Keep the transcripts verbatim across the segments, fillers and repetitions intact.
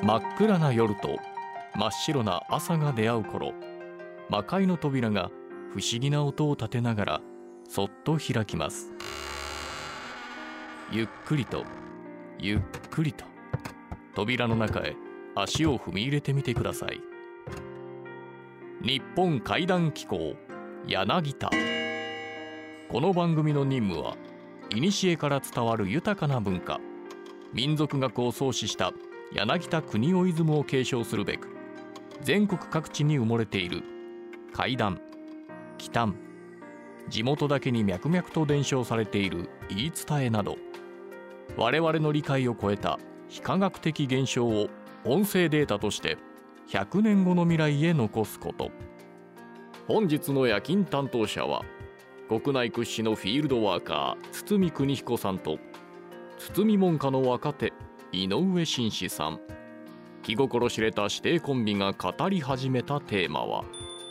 真っ暗な夜と真っ白な朝が出会う頃、魔界の扉が不思議な音を立てながらそっと開きます。ゆっくりとゆっくりと扉の中へ足を踏み入れてみてください。日本怪談機構柳田。この番組の任務は、古から伝わる豊かな文化、民族学を創始した柳田国男イズムを継承するべく、全国各地に埋もれている怪談、奇談、地元だけに脈々と伝承されている言い伝えなど、我々の理解を超えた非科学的現象を音声データとしてひゃくねんごの未来へ残すこと。本日の夜勤担当者は、国内屈指のフィールドワーカー堤邦彦さんと、堤門下の若手井上紳士さん。気心知れた師弟コンビが語り始めたテーマは、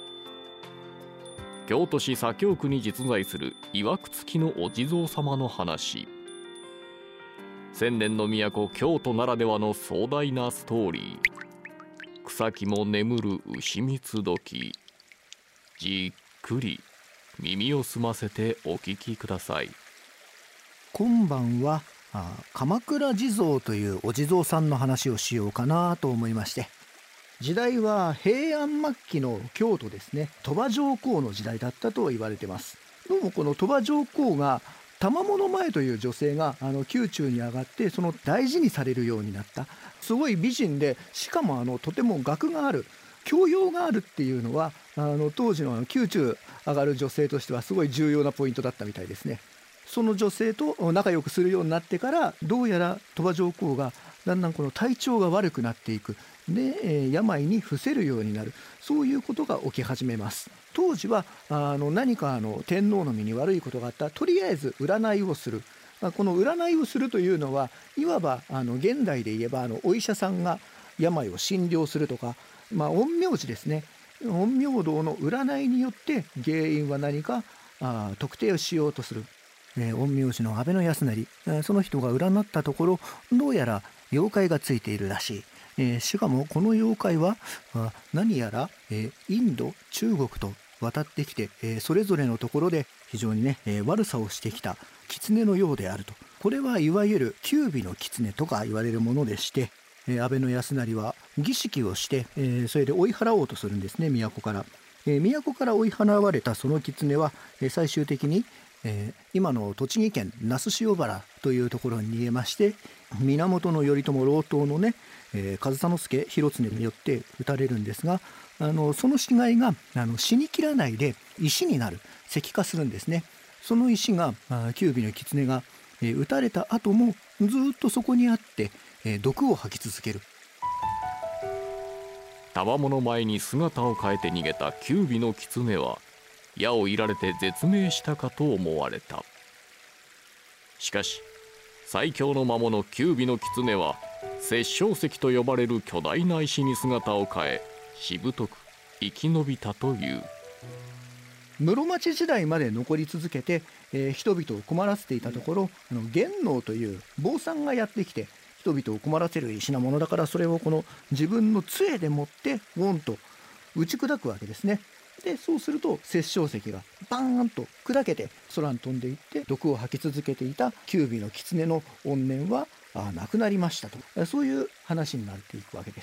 京都市左京区に実在する曰くつきのお地蔵様の話。千年の都京都ならではの壮大なストーリー。草木も眠る牛蜜時。じっくり耳を澄ませてお聞きください。 今晩はあ鎌倉地蔵というお地蔵さんの話をしようかなと思いまして、時代は平安末期の京都ですね。鳥羽上皇の時代だったと言われてます。どうもこの鳥羽上皇が玉物前という女性があの宮中に上がって、その大事にされるようになった。すごい美人で、しかもあのとても学がある、教養があるっていうのは、あの当時の宮中上がる女性としてはすごい重要なポイントだったみたいですね。その女性と仲良くするようになってから、どうやら鳥羽上皇がだんだんこの体調が悪くなっていく。で、病に伏せるようになる。そういうことが起き始めます。当時はあの何かあの天皇の身に悪いことがあったら、とりあえず占いをする。この占いをするというのは、いわばあの現代で言えばあのお医者さんが病を診療するとか、まあ、陰陽師ですね。陰陽道の占いによって原因は何かあ特定をしようとする。えー、陰陽師の安倍の康成、えー、その人が占ったところ、どうやら妖怪がついているらしい。えー、しかもこの妖怪はあ何やら、えー、インド中国と渡ってきて、えー、それぞれのところで非常にね、えー、悪さをしてきた狐のようであると。これはいわゆる九尾の狐とか言われるものでして、えー、安倍の康成は儀式をして、えー、それで追い払おうとするんですね、都から。えー、都から追い払われたその狐は、えー、最終的にえー、今の栃木県那須塩原というところに逃げまして、源頼朝老頭のね、えー、上総介広常によって討たれるんですが、あのその死骸があの死にきらないで石になる、石化するんですね。その石が九尾の狐が、えー、撃たれた後もずっとそこにあって、えー、毒を吐き続ける。 玉物前に姿を変えて逃げた九尾の狐は、矢を射られて絶命したかと思われた。しかし最強の魔物九尾の狐は、殺生石と呼ばれる巨大な石に姿を変え、しぶとく生き延びたという。 室町時代まで残り続けて、えー、人々を困らせていたところ、あの元能という坊さんがやってきて、人々を困らせる石なものだから、それをこの自分の杖で持ってウォンと打ち砕くわけですね。でそうすると殺生石がバーンと砕けて空に飛んでいって、毒を吐き続けていた九尾の狐の怨念はあなくなりましたと、そういう話になっていくわけです。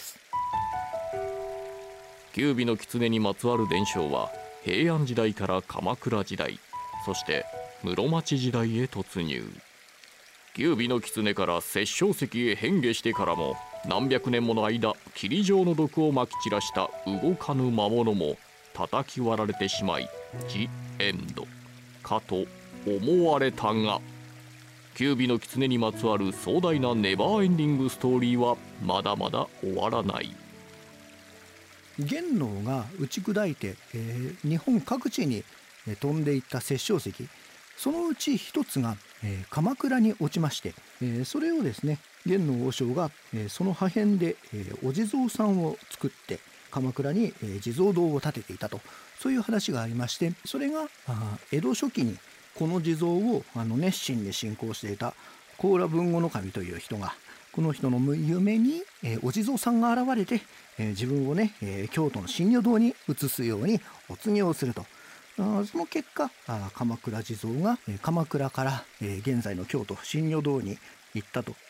九尾の狐にまつわる伝承は、平安時代から鎌倉時代、そして室町時代へ突入。九尾の狐から殺生石へ変化してからも、何百年もの間霧状の毒をまき散らした動かぬ魔物も叩き割られてしまい、ジ・エンドかと思われたが、九尾の狐にまつわる壮大なネバーエンディングストーリーはまだまだ終わらない。 元能が打ち砕いて、えー、日本各地に飛んでいった殺生石、そのうち一つが、えー、鎌倉に落ちまして、えー、それをですね、元能和尚が、えー、その破片で、えー、お地蔵さんを作って鎌倉に、えー、地蔵堂を建てていたと、そういう話がありまして、それがあ江戸初期にこの地蔵をあの熱心に信仰していた高良豊後守という人がこの人の夢に、えーお地蔵さんが現れて、えー自分をね、えー京都の真如堂に移すようにお告げをすると。あーその結果、あー鎌倉地蔵が、えー鎌倉から、えー現在の京都真如堂に行ったと。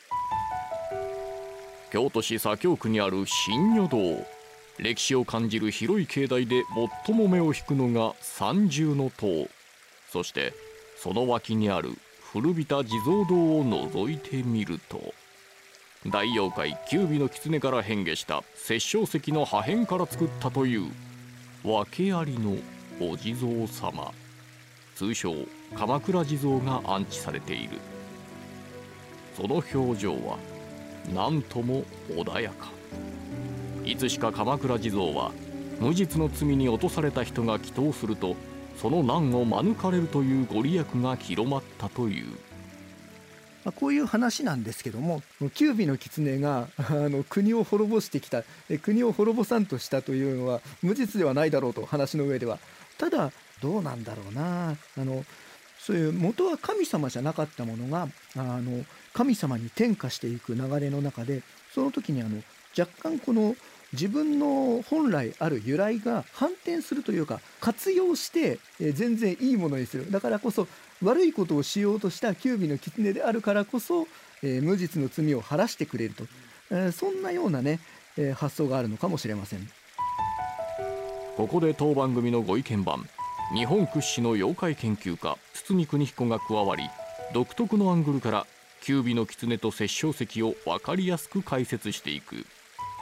京都市左京区にある真如堂。歴史を感じる広い境内で最も目を引くのが三重塔。そしてその脇にある古びた地蔵堂を覗いてみると、大妖怪九尾の狐から変化した殺生石の破片から作ったという訳ありのお地蔵様、通称鎌倉地蔵が安置されている。その表情はなんとも穏やか。いつしか鎌倉地蔵は無実の罪に落とされた人が祈祷すると、その難を免れるというご利益が広まったという。 まあ、こういう話なんですけども、九尾の狐があの国を滅ぼしてきた、え国を滅ぼさんとしたというのは無実ではないだろうと、話の上では。ただどうなんだろうな、あのそういう元は神様じゃなかったものがあの神様に転化していく流れの中で、その時にあの若干この自分の本来ある由来が反転するというか、活用してえー全然いいものにする。だからこそ悪いことをしようとした九尾の狐であるからこそ、えー無実の罪を晴らしてくれると、えーそんなようなね、えー発想があるのかもしれません。 ここで当番組のご意見番、日本屈指の妖怪研究家堤邦彦が加わり、独特のアングルから九尾の狐と殺生石を分かりやすく解説していく。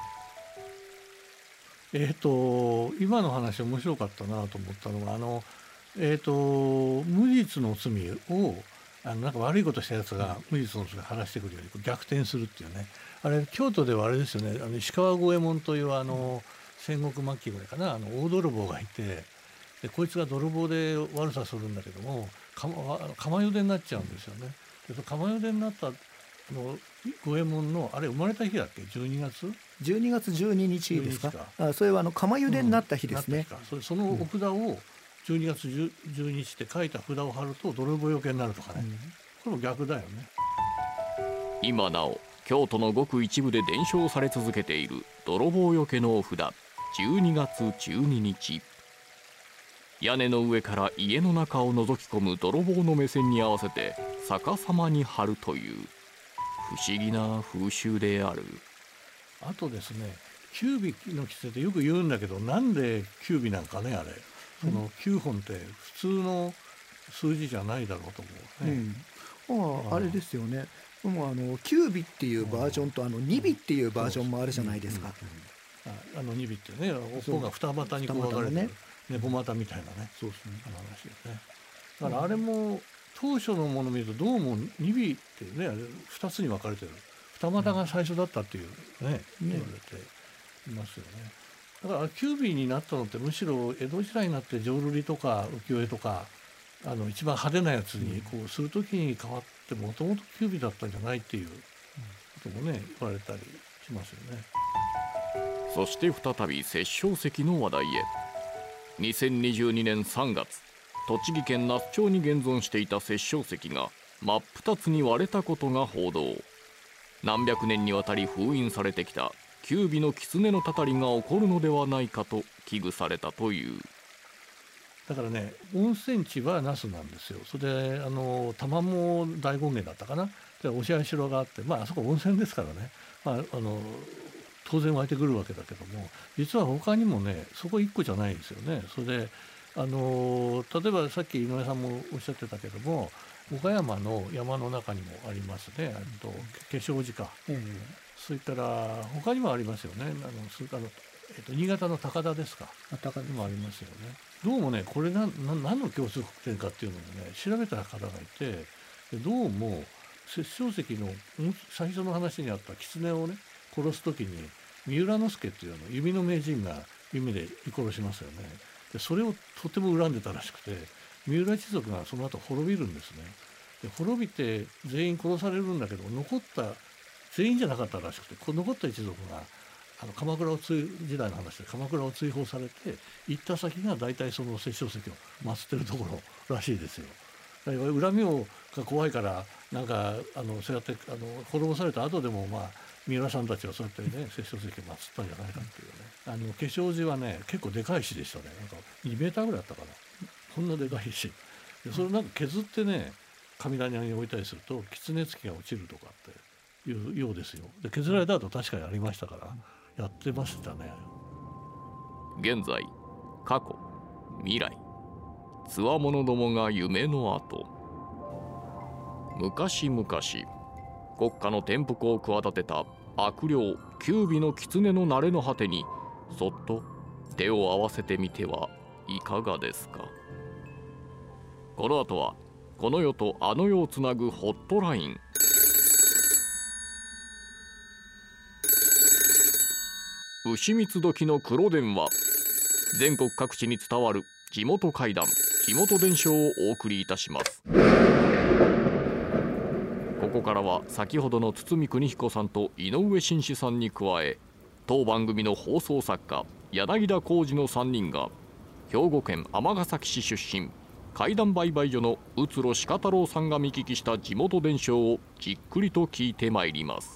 えー、と今の話面白かったなと思ったのが、あの、えー、と無実の罪をあのなんか悪いことしたやつが無実の罪を晴らしてくるように逆転するっていうね、あれ京都ではあれですよね、あの石川五右衛門というあの戦国末期ぐらいかな、あの大泥棒がいて、でこいつが泥棒で悪さするんだけども、かま釜茹でになっちゃうんですよね。で釜茹でになったあの五右衛門のあれ生まれた日だっけ、じゅうにがつじゅうにがつじゅうににちですか。 じゅうににちあ、それはあの釜茹でになった日ですね。 うんなった日か。それそのお札をじゅうにがつじゅうににちって書いた札を貼ると泥棒よけになるとかね、これも逆だよね。 今なお京都のごく一部で伝承され続けている泥棒よけのお札、じゅうにがつじゅうににち。屋根の上から家の中を覗き込む泥棒の目線に合わせて逆さまに貼るという不思議な風習である。 あとですね、九尾の狐ってよく言うんだけど、なんで九尾なんかね、あれそのきゅうほんって普通の数字じゃないだろうと思うね。 うん、あああれですよね。もうあのきゅう尾っていうバージョンとあのに尾っていうバージョンもあるじゃないですか。 ああのに尾ってね、尾っぽが二股にこう分かれてる猫股みたいなね、 そうですね。 あの話ですね。だからあれも当初のものを見るとどうもに尾っていうね、あれふたつに分かれてる、二股が最初だったっていうね、言われていますよね。だからきゅう尾になったのってむしろ江戸時代になって浄瑠璃とか浮世絵とかあの一番派手なやつにこうする時に変わって、もともときゅう尾だったんじゃないっていうこともね言われたりしますよね。 そして再び殺生石の話題へ。にせんにじゅうにねんさんがつ、栃木県那須町に現存していた殺生石が真っ二つに割れたことが報道。何百年にわたり封印されてきた九尾の狐のたたりが起こるのではないかと危惧されたという。 だからね、温泉地は那須なんですよ。それであの玉も大権現だったかな。でお社城があって、まああそこ温泉ですからね、まあ、あの当然湧いてくるわけだけども、実は他にもねそこいっこじゃないんですよね。それであの例えばさっき井上さんもおっしゃってたけども、岡山の山の中にもありますね。あと化粧寺か、 えそれから他にもありますよね。あのそれからえっと、新潟の高田ですか、 え、高にもありますよね。どうもねこれなな何の共通点かっていうのをね調べた方がいて、でどうも殺生石の最初の話にあった狐をね殺す時に三浦之助っていうの弓の名人が弓で射殺しますよね。でそれをとても恨んでたらしくて、三浦一族がその後滅びるんですね。で滅びて全員殺されるんだけど、残った全員じゃなかったらしくて、この残った一族があの鎌倉を追時代の話で鎌倉を追放されて行った先が大体その殺生石を祀ってるところらしいですよ。 恨みをが怖いからなんかあのそうやってあの滅ぼされた後でもまあ三浦さんたちはそうやってね摂政石を祀ったんじゃないかっていうね。あの化粧寺はね結構でかい石でしたね。なんかにメーターぐらいあったかな。こんなでかい石でそれをなんか削ってね神棚に置いたりすると狐つきが落ちるとかっていうようですよ。で削られた後確かにありましたからやってましたね。 現在、過去、未来、つわものどもが夢の後。昔々国家の転覆を企てた悪霊九尾の狐の慣れの果てにそっと手を合わせてみてはいかがですか。この後はこの世とあの世をつなぐホットライン。牛蜜時の黒電話。全国各地に伝わる地元怪談、地元伝承をお送りいたします。ここからは先ほどの堤邦彦さんと井上真司さんに加え、当番組の放送作家柳田浩二のさんにんが兵庫県尼崎市出身、怪談売買所の宇津呂鹿太郎さんが見聞きした地元伝承をじっくりと聞いてまいります。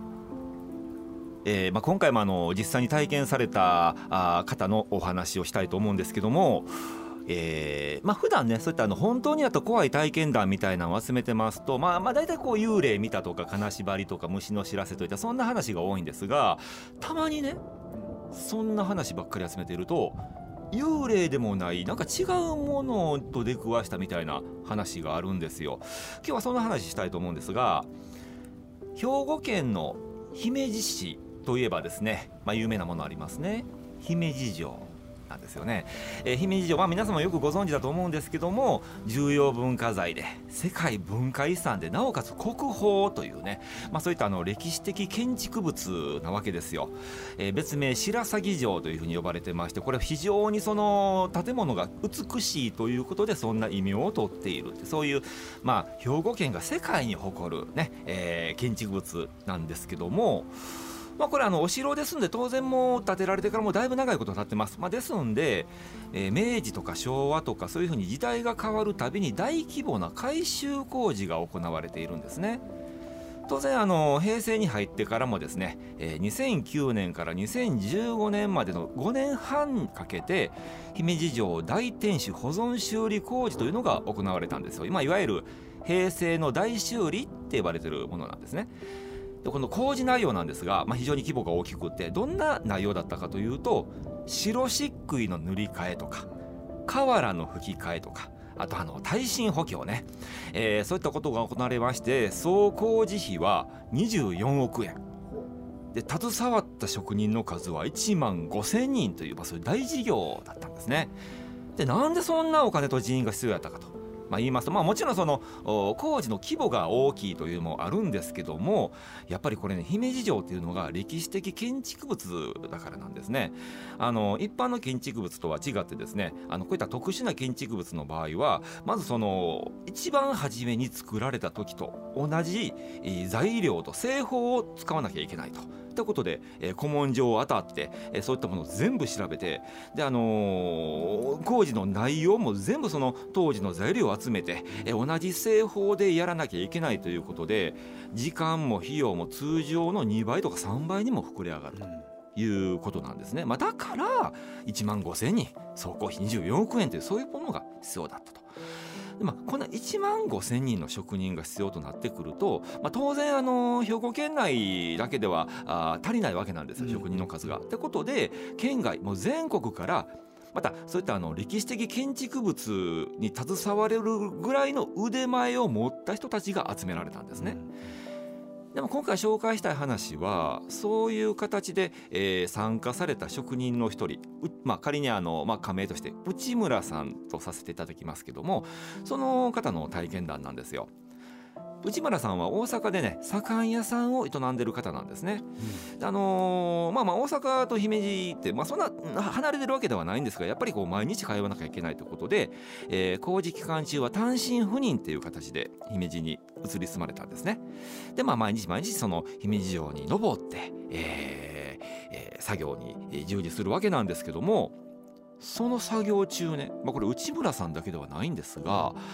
えーまあ、今回もあの実際に体験されたあ方のお話をしたいと思うんですけども、えーまあ、普段ねそういったあの本当にあった怖い体験談みたいなのを集めてますと、まあ、まあ大体こう幽霊見たとか金縛りとか虫の知らせといったそんな話が多いんですが、たまにねそんな話ばっかり集めていると幽霊でもないなんか違うものと出くわしたみたいな話があるんですよ。今日はそんな話したいと思うんですが、兵庫県の姫路市といえばですね、まあ、有名なものありますね。姫路城なんですよね。えー、姫路城は、まあ、皆様よくご存知だと思うんですけども、重要文化財で世界文化遺産でなおかつ国宝というね、まあ、そういったあの歴史的建築物なわけですよ。えー、別名白鷺城というふうに呼ばれてまして、これ非常にその建物が美しいということでそんな異名を取っている、そういう、まあ、兵庫県が世界に誇る、ねえー、建築物なんですけども、まあ、これあのお城ですんで当然もう建てられてからもうだいぶ長いこと経ってます。まあ、ですんで、えー、明治とか昭和とかそういうふうに時代が変わるたびに大規模な改修工事が行われているんですね。当然あの平成に入ってからもですね、えー、にせんきゅうねんからにせんじゅうごねんまでのごねんはんかけて姫路城大天守保存修理工事というのが行われたんですよ。今いわゆる平成の大修理って呼ばれているものなんですね。でこの工事内容なんですが、まあ、非常に規模が大きくて、どんな内容だったかというと、白漆喰の塗り替えとか瓦の吹き替えとか、あとあの耐震補強ね、えー、そういったことが行われまして、総工事費はにじゅうよんおくえんで、携わった職人の数はいちまんごせんにんという、まあ、そういう大事業だったんですね。でなんでそんなお金と人員が必要だったかと、まあ、言いますと、まあ、もちろんその工事の規模が大きいというのもあるんですけども、やっぱりこれね、姫路城っていうのが歴史的建築物だからなんですね。あの一般の建築物とは違ってですね、あのこういった特殊な建築物の場合はまずその一番初めに作られた時と同じ材料と製法を使わなきゃいけないと。ということで、えー、古文書を当たって、えー、そういったものを全部調べて、で、あのー、工事の内容も全部その当時の材料を集めて、えー、同じ製法でやらなきゃいけないということで、時間も費用も通常のにばいとかさんばいにも膨れ上がるということなんですね。まあ、だからいちまんごせんにん、総工費にじゅうよんおくえんというそういうものが必要だったと。でまあ、このいちまんごせんにんの職人が必要となってくると、まあ、当然あの兵庫県内だけではあ足りないわけなんですよ、職人の数が。ってことで県外もう全国からまたそういったあの歴史的建築物に携われるぐらいの腕前を持った人たちが集められたんですね。でも今回紹介したい話はそういう形で、えー、参加された職人の一人、まあ、仮にあの、まあ、仮名として内村さんとさせていただきますけども、その方の体験談なんですよ。内村さんは大阪でね左官屋さんを営んでいる方なんですね。うん、あのー、まあまあ大阪と姫路って、まあ、そんな離れてるわけではないんですが、やっぱりこう毎日通わなきゃいけないということで、えー、工事期間中は単身赴任っていう形で姫路に移り住まれたんですね。でまあ毎日毎日その姫路城に登って、えーえー、作業に従事するわけなんですけども、その作業中ね、まあ、これ内村さんだけではないんですが、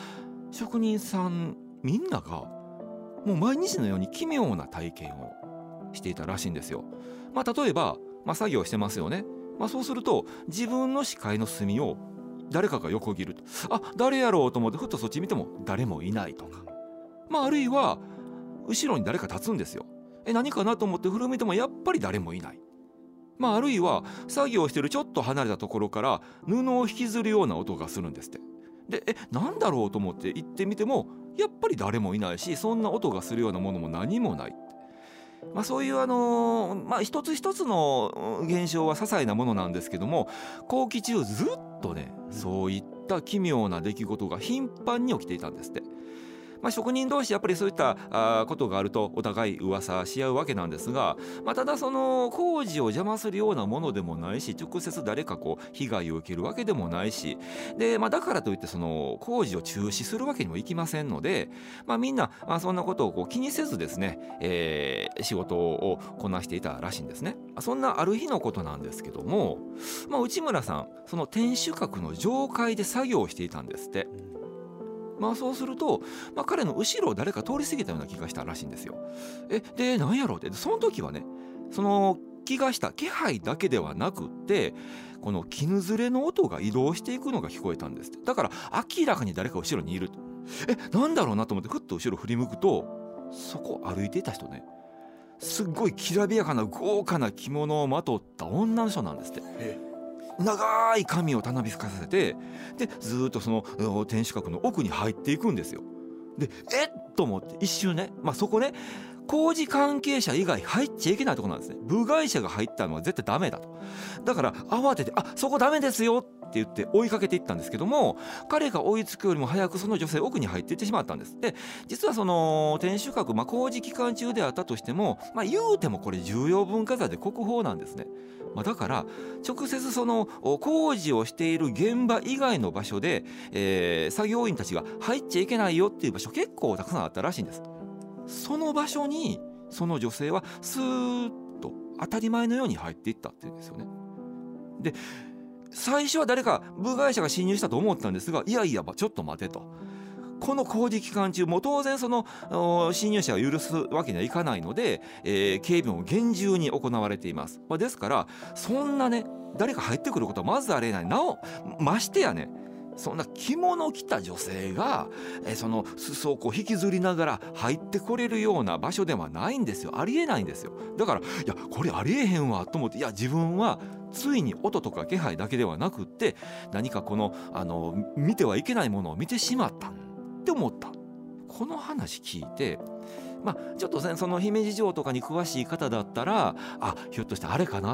職人さんみんながもう毎日のように奇妙な体験をしていたらしいんですよ。まあ、例えば、まあ、作業してますよね。まあ、そうすると自分の視界の隅を誰かが横切ると、あ、誰やろうと思ってふっとそっち見ても誰もいないとか、まあ、あるいは後ろに誰か立つんですよ。え、何かなと思って振り向いてもやっぱり誰もいない。まあ、あるいは作業してるちょっと離れたところから布を引きずるような音がするんですって。で、え、なんだろうと思って行ってみてもやっぱり誰もいないし、そんな音がするようなものも何もない。まあ、そういうあのーまあ、一つ一つの現象は些細なものなんですけども、工期中ずっとね、そういった奇妙な出来事が頻繁に起きていたんですって。まあ、職人同士やっぱりそういったあことがあるとお互い噂し合うわけなんですが、まあ、ただその工事を邪魔するようなものでもないし、直接誰かこう被害を受けるわけでもないしで、まあ、だからといってその工事を中止するわけにもいきませんので、まあ、みんなまあそんなことをこう気にせずですね、えー、仕事をこなしていたらしいんですね。そんなある日のことなんですけども、まあ、内村さんその天守閣の上階で作業をしていたんですって。まあ、そうすると、まあ、彼の後ろを誰か通り過ぎたような気がしたらしいんですよ。えで何やろうって、その時はね、その気がした気配だけではなくって、この絹ずれの音が移動していくのが聞こえたんです。だから明らかに誰か後ろにいると。えなんだろうなと思ってふっと後ろ振り向くと、そこ歩いていた人ね、すっごいきらびやかな豪華な着物をまとった女の人なんですって。え長い髪をたなびかせて、でずっとその天守閣の奥に入っていくんですよ。でえっと思って一瞬ね、まあ、そこね工事関係者以外入っちゃいけないところなんですね。部外者が入ったのは絶対ダメだと。だから慌てて、あそこダメですよって言って追いかけていったんですけども、彼が追いつくよりも早くその女性奥に入っていってしまったんです。で実はその天守閣、まあ、工事期間中であったとしても、まあ、言うてもこれ重要文化財で国宝なんですね。まあ、だから直接その工事をしている現場以外の場所で、えー、作業員たちが入っちゃいけないよっていう場所結構たくさんあったらしいんです。その場所にその女性はスーッと当たり前のように入っていったっていうんですよね。で最初は誰か部外者が侵入したと思ったんですが、いやいやちょっと待てと、この工事期間中も当然その侵入者を許すわけにはいかないので、えー、警備も厳重に行われています。まあ、ですからそんなね誰か入ってくることはまずありえない。なおましてやね、そんな着物を着た女性が、えー、その裾をこう引きずりながら入ってこれるような場所ではないんですよ。ありえないんですよ。だからいやこれありえへんわと思って、いや自分はついに音とか気配だけではなくって何かこのあの見てはいけないものを見てしまったって思った。この話聞いて、まあ、ちょっとその姫路城とかに詳しい方だったら、あひょっとしてあれかなって、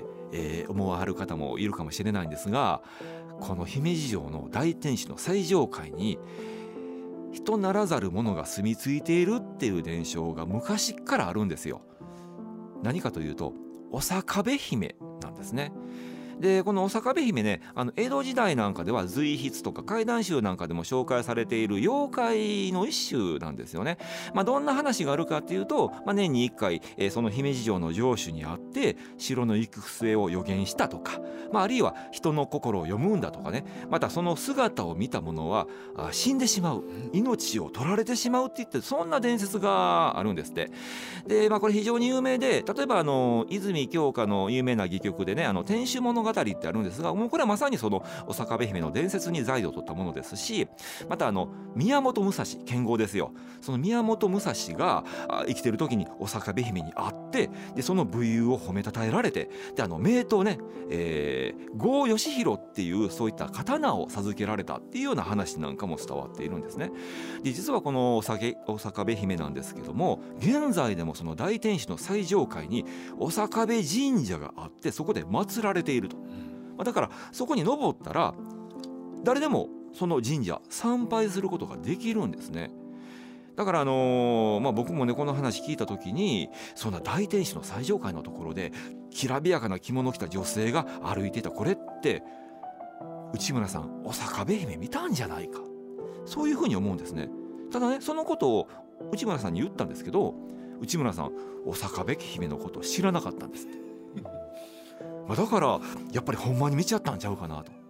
えー、思わはる方もいるかもしれないんですが、この姫路城の大天守の最上階に人ならざる者が住み着いているっていう伝承が昔からあるんですよ。何かというとお坂部姫なんですね。でこのお坂部姫ね、あの江戸時代なんかでは随筆とか怪談集なんかでも紹介されている妖怪の一種なんですよね。まあ、どんな話があるかっていうと、まあ、年にいっかい、えー、その姫路城の城主に会って城の行く末を予言したとか、まあ、あるいは人の心を読むんだとかね、またその姿を見た者はあ死んでしまう、命を取られてしまうって言って、そんな伝説があるんですって。で、まあ、これ非常に有名で、例えばあの泉鏡花の有名な戯曲でね、あの天守物語ってあるんですが、もうこれはまさにそのお坂部姫の伝説に材料を取ったものですし、またあの宮本武蔵剣豪ですよ。その宮本武蔵が生きてる時にお坂部姫に会って、でその武勇を褒めたたえられて、であの名刀ね、えー、郷義弘っていうそういった刀を授けられたっていうような話なんかも伝わっているんですね。で実はこのお坂お坂部姫なんですけども、現在でもその大天守の最上階にお坂部神社があって、そこで祀られていると。だからそこに登ったら誰でもその神社参拝することができるんですね。だからあのーまあ、僕もねこの話聞いた時に、そんな大天守の最上階のところできらびやかな着物を着た女性が歩いていた、これって内村さんお坂部姫見たんじゃないか、そういうふうに思うんですね。ただねそのことを内村さんに言ったんですけど、内村さんお坂部姫のことを知らなかったんですって。だからやっぱりほんまに見ちゃったんちゃうかなと。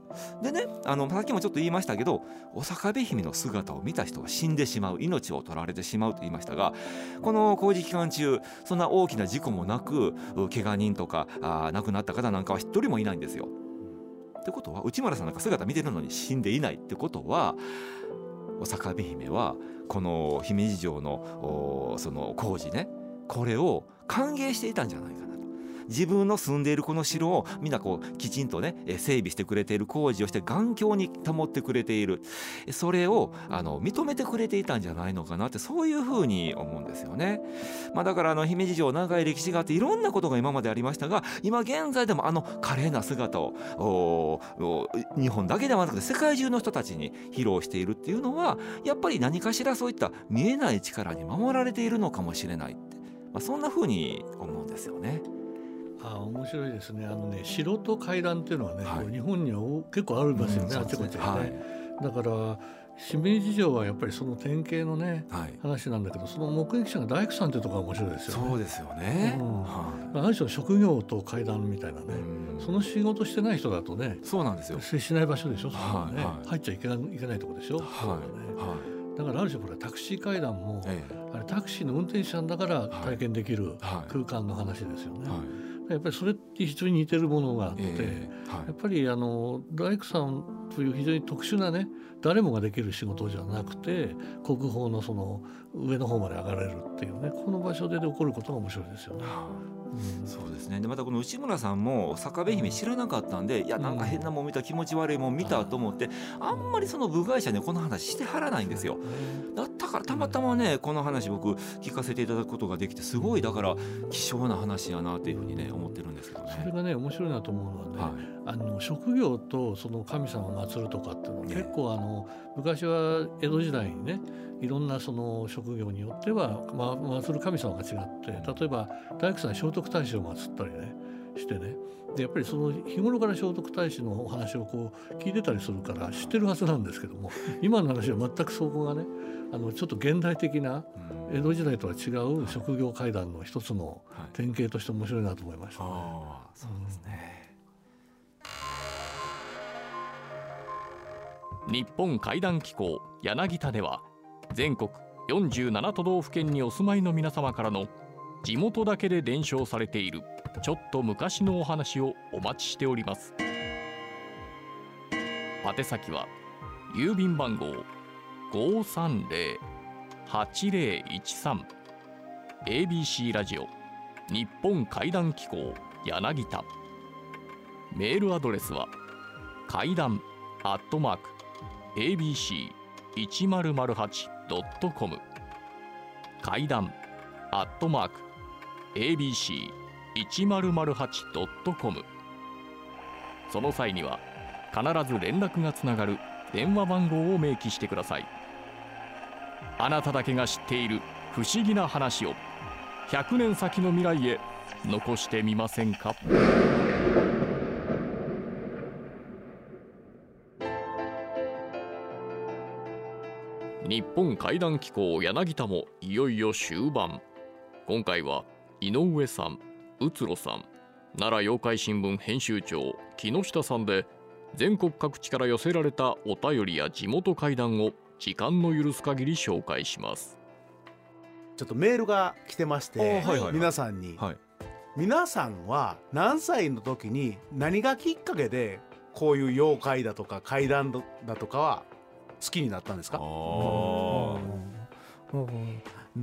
でね、あのさっきもちょっと言いましたけど、お坂部姫の姿を見た人は死んでしまう、命を取られてしまうと言いましたが、この工事期間中そんな大きな事故もなく、怪我人とかあ亡くなった方なんかは一人もいないんですよ。ってことは内村さんなんか姿見てるのに死んでいないってことは、お坂部姫はこの姫路城のその工事ね、これを歓迎していたんじゃないかなと。自分の住んでいるこの城をみんなこうきちんとね整備してくれている、工事をして頑強に保ってくれている、それをあの認めてくれていたんじゃないのかなって、そういうふうに思うんですよね。まあ、だからあの姫路城長い歴史があっていろんなことが今までありましたが、今現在でもあの華麗な姿を日本だけではなくて世界中の人たちに披露しているっていうのは、やっぱり何かしらそういった見えない力に守られているのかもしれないって、まあ、そんなふうに思うんですよね。 ああ、面白いですね。あのね、城と階段っていうのはね、 はい、 日本には結構ありますよね、うん、あちこちにね、はい、だから姫路城はやっぱりその典型のね、はい、話なんだけど、その目撃者が大工さんというところが面白いですよね。 そうですよね、 うんはい、ある種の職業と階段みたいなね、うん、その仕事してない人だとね、 そうなんですよ、 接しない場所でしょ、そこね、 はいはい、 入っちゃいけない、いけないところでしょ、はいはい、 だからある種これタクシー階段も、ええ、あれタクシーの運転手さんだから体験できる空間の話ですよね、はいはい、やっぱりそれって非常に似てるものがあって、えーはい、やっぱりあの大工さんという非常に特殊なね、誰もができる仕事じゃなくて、国宝のその上の方まで上がれるっていうね、この場所で起こることが面白いですよね。 うん、そうですね。でまたこの内村さんも坂部姫知らなかったんで、いやなんか変なもん見た、気持ち悪いもん見たと思って、あんまりその部外者にこの話してはらないんですよ。だったからたまたまねこの話僕聞かせていただくことができて、すごいだから希少な話やなっていうふうにね思ってるんですけどね。 それがね面白いなと思うのはね、はい、あの職業とその神様を祀るとかっていうのは結構あの昔は江戸時代にね、いろんなその職業によっては、ま、祀る神様が違って、例えば大工さん聖徳太子を祀ったりねしてね、でやっぱりその日頃から聖徳太子のお話をこう聞いてたりするから知ってるはずなんですけども、今の話は全くそこがね、あのちょっと現代的な江戸時代とは違う職業階段の一つの典型として面白いなと思いましたね。 はいはい、あそうですね、 うん、日本怪談機構柳田では全国よんじゅうなな都道府県にお住まいの皆様からの地元だけで伝承されているちょっと昔のお話をお待ちしております。宛先は郵便番号 ごーさんぜろ はちぜろいちさん エービーシー ラジオ日本怪談機構柳田。メールアドレスは怪談アットマーク エービーシーいちまるまるはちドットコム 怪談アットマーク エービーシーいちまるまるはちドットコム。 その際には必ず連絡がつながる電話番号を明記してください。あなただけが知っている不思議な話をひゃくねん先の未来へ残してみませんか。日本怪談機構柳田もいよいよ終盤。今回は井上さん、宇津呂さん、奈良妖怪新聞編集長木下さんで全国各地から寄せられたお便りや地元怪談を時間の許す限り紹介します。 ちょっとメールが来てまして、はいはいはい、皆さんに、はい、皆さんは何歳の時に何がきっかけでこういう妖怪だとか怪談だとかは好きになったんですか？あうんうん、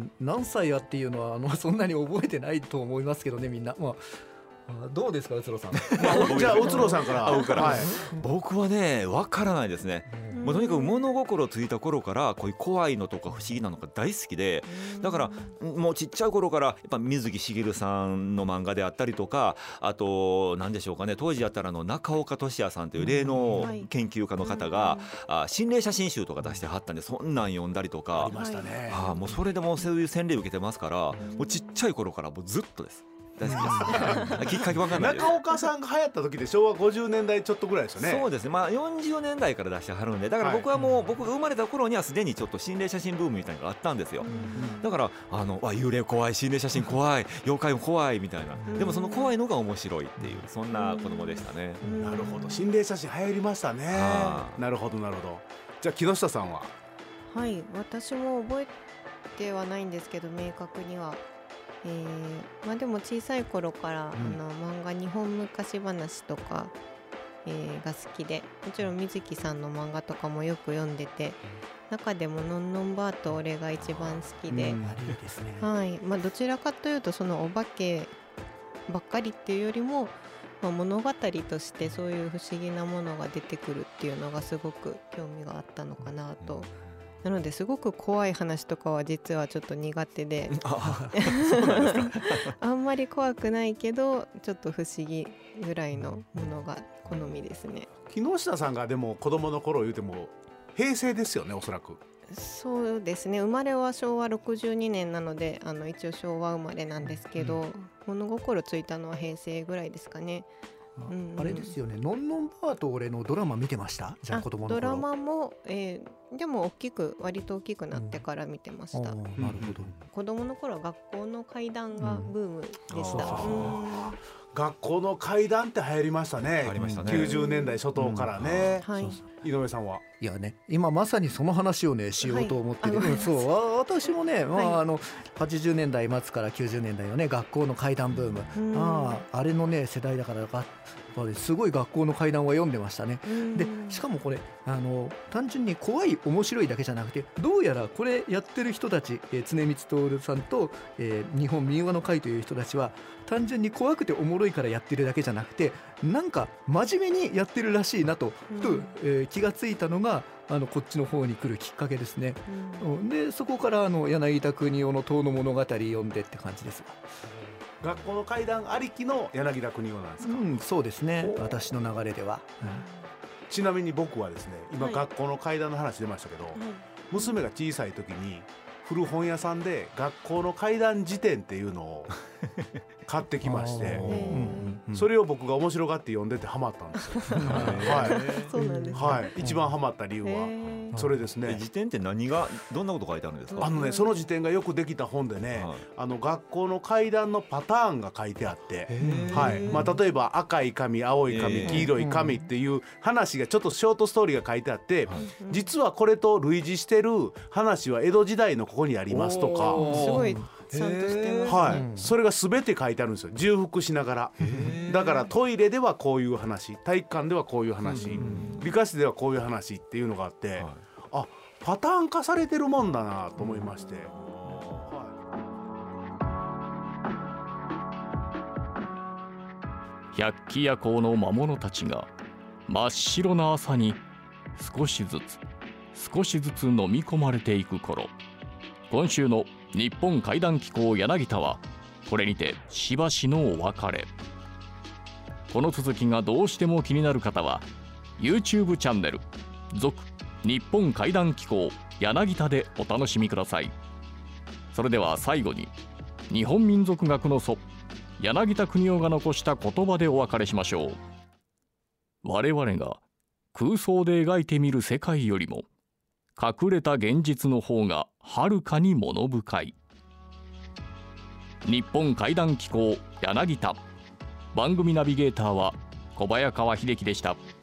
何歳やっていうのはあのそんなに覚えてないと思いますけどね、みんな、まあどうですか、宇津呂さん。 まあ、じゃあ宇津呂さんから僕から、はい、僕はね分からないですね。もうとにかく物心ついた頃からこういう怖いのとか不思議なのが大好きで、だからもうちっちゃい頃からやっぱ水木しげるさんの漫画であったりとか、あと何でしょうかね、当時やったらあの中岡俊也さんという霊能研究家の方が、あ心霊写真集とか出してはったんで、そんなん読んだりとかありましたね。 あもうそれでもそういう洗礼受けてますから、もうちっちゃい頃からもうずっとです。 大好きですきっかけわかんないです。 中岡さんが流行った時でしょうわごじゅうねんだいちょっとぐらいですよね。 そうですね、まあ、よんじゅうねんだいから出してはるんで、だから僕はもう、はい、僕が生まれた頃にはすでにちょっと心霊写真ブームみたいなのがあったんですよ。だからあのあ幽霊怖い、心霊写真怖い、妖怪も怖いみたいな、でもその怖いのが面白いっていう、そんな子供でしたね。 なるほど、心霊写真流行りましたね。なるほどなるほど。じゃあ木下さんは？ はい、私も覚えてはないんですけど明確には、えーまあ、でも小さい頃から、うん、あの漫画日本昔話とか、えー、が好きで、もちろん水木さんの漫画とかもよく読んでて、中でものんのんばーと俺が一番好きで、はいまあ、どちらかというとそのお化けばっかりっていうよりも、まあ、物語としてそういう不思議なものが出てくるっていうのがすごく興味があったのかなと。なのですごく怖い話とかは実はちょっと苦手であ, そうなんですかあんまり怖くないけどちょっと不思議ぐらいのものが好みですね。 木下さんがでも子供の頃言うても平成ですよね、おそらく。 そうですね、生まれはしょうわろくじゅうにねんなので、あの一応昭和生まれなんですけど、うん、物心ついたのは平成ぐらいですかね。 あ, うんうん、あれですよね、のんのんばーと俺のドラマ見てました？じゃあ子供の頃。 ドラマも、えー、でも大きく割と大きくなってから見てました。うん、 なるほど。 子供の頃は学校の怪談がブームでした。うん、 学校の怪談って流行りましたね。 ありましたね。 きゅうじゅうねんだい初頭からね。 うんはい、 井上さんは？ いやね、今まさにその話をねしようと思ってる、はい、うん、そう私もね、まあはい、あのはちじゅうねんだいまつからきゅうじゅうねんだいのね学校の怪談ブーム、うん、あ, あれのね世代だからかすごい学校の怪談は読んでましたね。でしかもこれあの単純に怖い面白いだけじゃなくて、どうやらこれやってる人たち、えー、常光徹さんと、えー、日本民話の会という人たちは単純に怖くておもろいからやってるだけじゃなくて、なんか真面目にやってるらしいなと、と、えー、気がついたのがあのこっちの方に来るきっかけですね。うん、でそこからあの柳田国男の遠野物語読んでって感じですわ。 学校の怪談ありきの柳田国男なんですか？ うん、そうですね、私の流れでは。うん、 ちなみに僕はですね、今、はい、学校の怪談の話出ましたけど、はい、娘が小さい時に古本屋さんで学校の怪談辞典っていうのを買ってきましてそれを僕が面白がって読んでてハマったんですよ。 はいそうなんですね。 はい、一番ハマった理由はそれですね。 辞典って何がどんなこと書いてあるんですか？ あのね、その辞典がよくできた本でね、はい、あの学校の怪談のパターンが書いてあって、はい、まあ、例えば赤い紙、青い紙、黄色い紙っていう話がちょっとショートストーリーが書いてあって、実はこれと類似してる話は江戸時代のここにありますとか、 すごいちゃんとしてます、 はい、それが全て書いてあるんですよ、重複しながら。だからトイレではこういう話、体育館ではこういう話、理科室ではこういう話っていうのがあって、はい、あ、パターン化されてるもんだなと思いまして、はい、 百鬼夜行の魔物たちが真っ白な朝に少しずつ少しずつ飲み込まれていく頃、今週の日本怪談機構柳田はこれにてしばしのお別れ。この続きがどうしても気になる方は YouTube チャンネル続日本怪談機構柳田でお楽しみください。それでは最後に日本民族学の祖柳田国男が残した言葉でお別れしましょう。我々が空想で描いてみる世界よりも隠れた現実の方がはるかに物深い。日本怪談機構柳田、番組ナビゲーターは小早川秀樹でした。